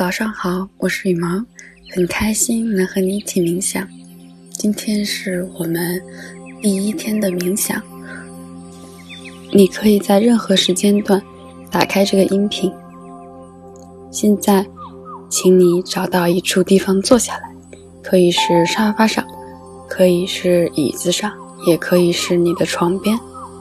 早上好，我是羽毛，很开心能和你一起冥想。今天是我们第1天的冥想，你可以在任何时间段打开这个音频。现在请你找到一处地方坐下来，可以是沙发上，可以是椅子上，也可以是你的床边。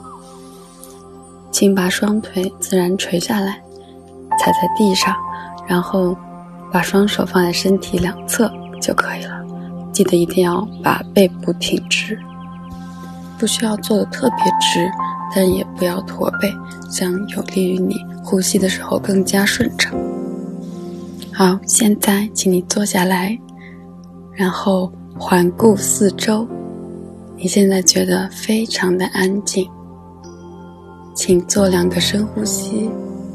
请把双腿自然垂下来，踩在地上，然后把双手放在身体两侧就可以了。记得一定要把背部挺直，不需要做得特别直，但也不要驼背，这样有利于你呼吸的时候更加顺畅。好，现在请你坐下来，然后环顾四周，你现在觉得非常的安静，请做2个深呼吸。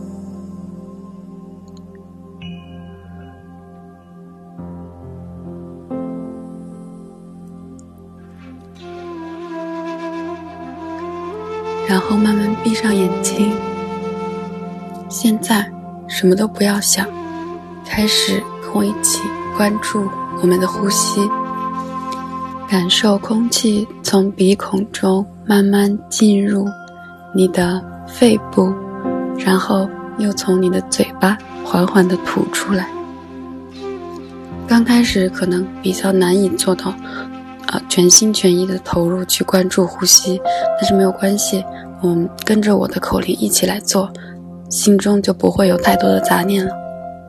然后慢慢闭上眼睛。现在什么都不要想，开始跟我一起关注我们的呼吸，感受空气从鼻孔中慢慢进入你的肺部，然后又从你的嘴巴缓缓地吐出来。刚开始可能比较难以做到全心全意的投入去关注呼吸，但是没有关系，我们跟着我的口令一起来做，心中就不会有太多的杂念了。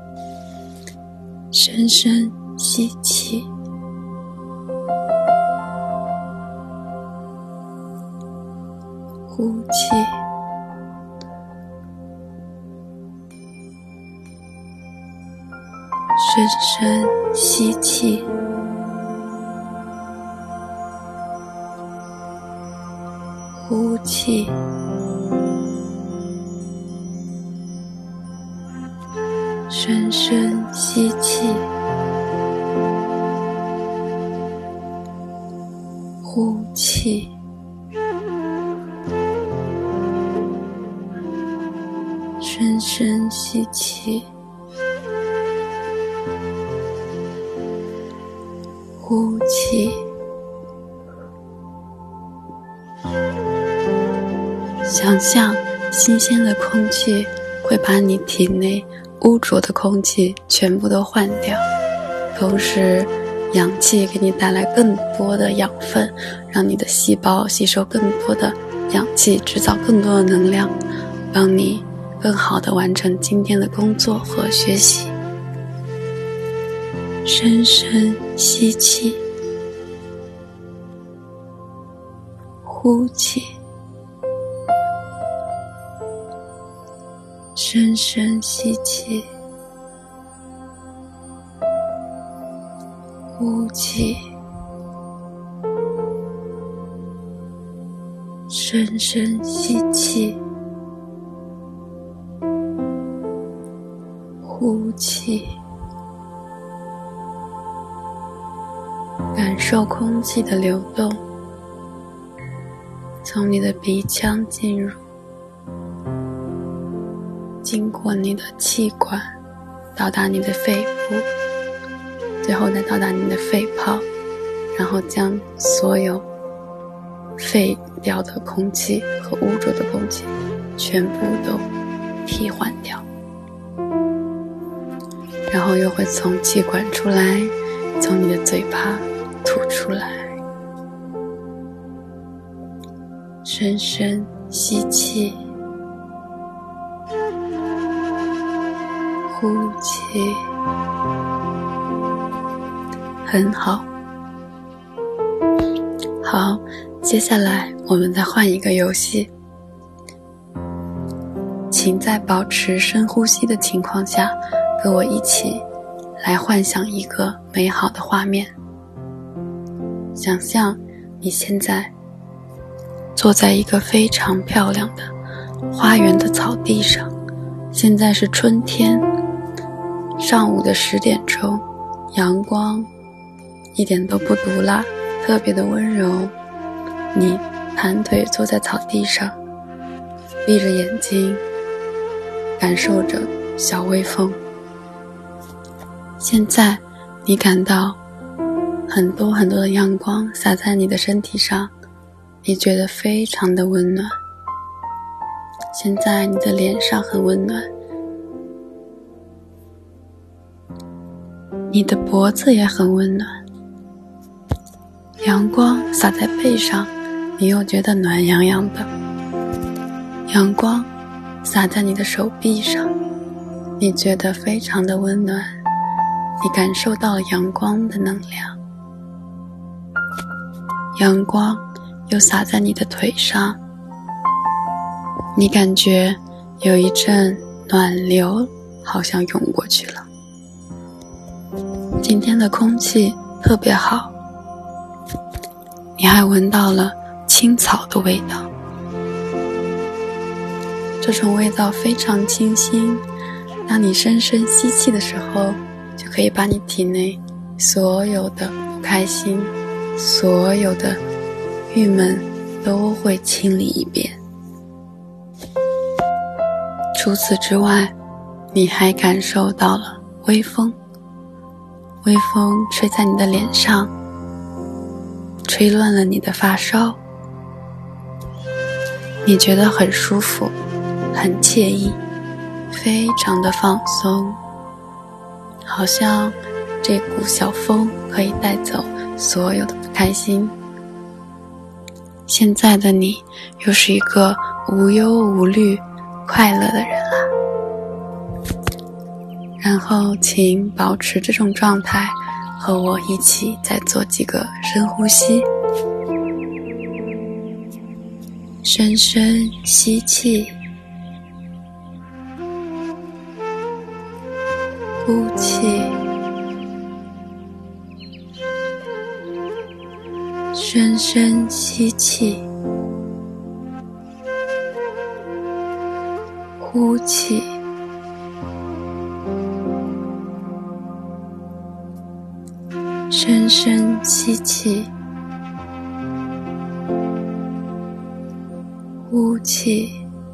深深吸气，呼气，深深吸气，呼气，深深吸气，呼气，深深吸气，呼气。想象新鲜的空气会把你体内污浊的空气全部都换掉，同时氧气给你带来更多的养分，让你的细胞吸收更多的氧气，制造更多的能量，帮你更好地完成今天的工作和学习。深深吸气，呼气，深深吸气，呼气，深深吸气，呼气，感受空气的流动，从你的鼻腔进入，经过你的气管，到达你的肺部，最后再到达你的肺泡，然后将所有废掉的空气和污浊的空气全部都替换掉，然后又会从气管出来，从你的嘴巴吐出来。深深吸气，呼气，很好。好，接下来我们再换一个游戏，请在保持深呼吸的情况下，跟我一起来幻想一个美好的画面。想象你现在坐在一个非常漂亮的花园的草地上，现在是春天，上午的10点钟，阳光一点都不毒辣，特别的温柔。你盘腿坐在草地上，闭着眼睛，感受着小微风。 现在你感到很多很多的阳光洒在你的身体上，你觉得非常的温暖。现在你的脸上很温暖，你的脖子也很温暖。阳光洒在背上，你又觉得暖洋洋的。阳光洒在你的手臂上，你觉得非常的温暖，你感受到了阳光的能量。阳光又洒在你的腿上，你感觉有一阵暖流好像涌过去了。今天的空气特别好，你还闻到了青草的味道，这种味道非常清新，当你深深吸气的时候，就可以把你体内所有的不开心，所有的郁闷都会清理一遍。除此之外，你还感受到了微风，微风吹在你的脸上，吹乱了你的发梢，你觉得很舒服，很惬意，非常的放松，好像这股小风可以带走所有的不开心。现在的你又是一个无忧无虑快乐的人啦。然后请保持这种状态，和我一起再做几个深呼吸。深深吸气，呼气，深深吸气，呼气，深深吸气，呼气，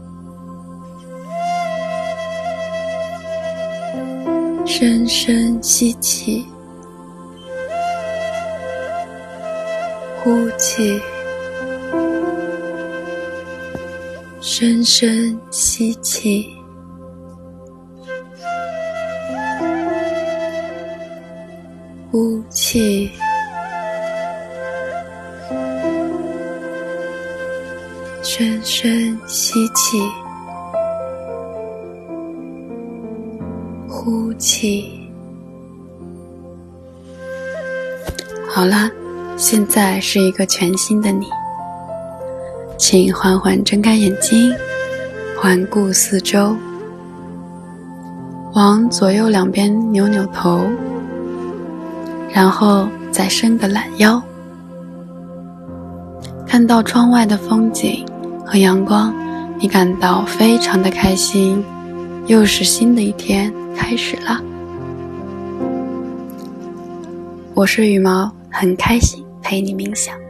深深吸气，呼气，深深吸气，呼气，深深吸气，呼气。好啦，现在是一个全新的你，请缓缓睁开眼睛，环顾四周，往左右两边扭扭头，然后再伸个懒腰，看到窗外的风景和阳光，你感到非常的开心，又是新的一天开始了。我是羽毛，很开心陪你冥想。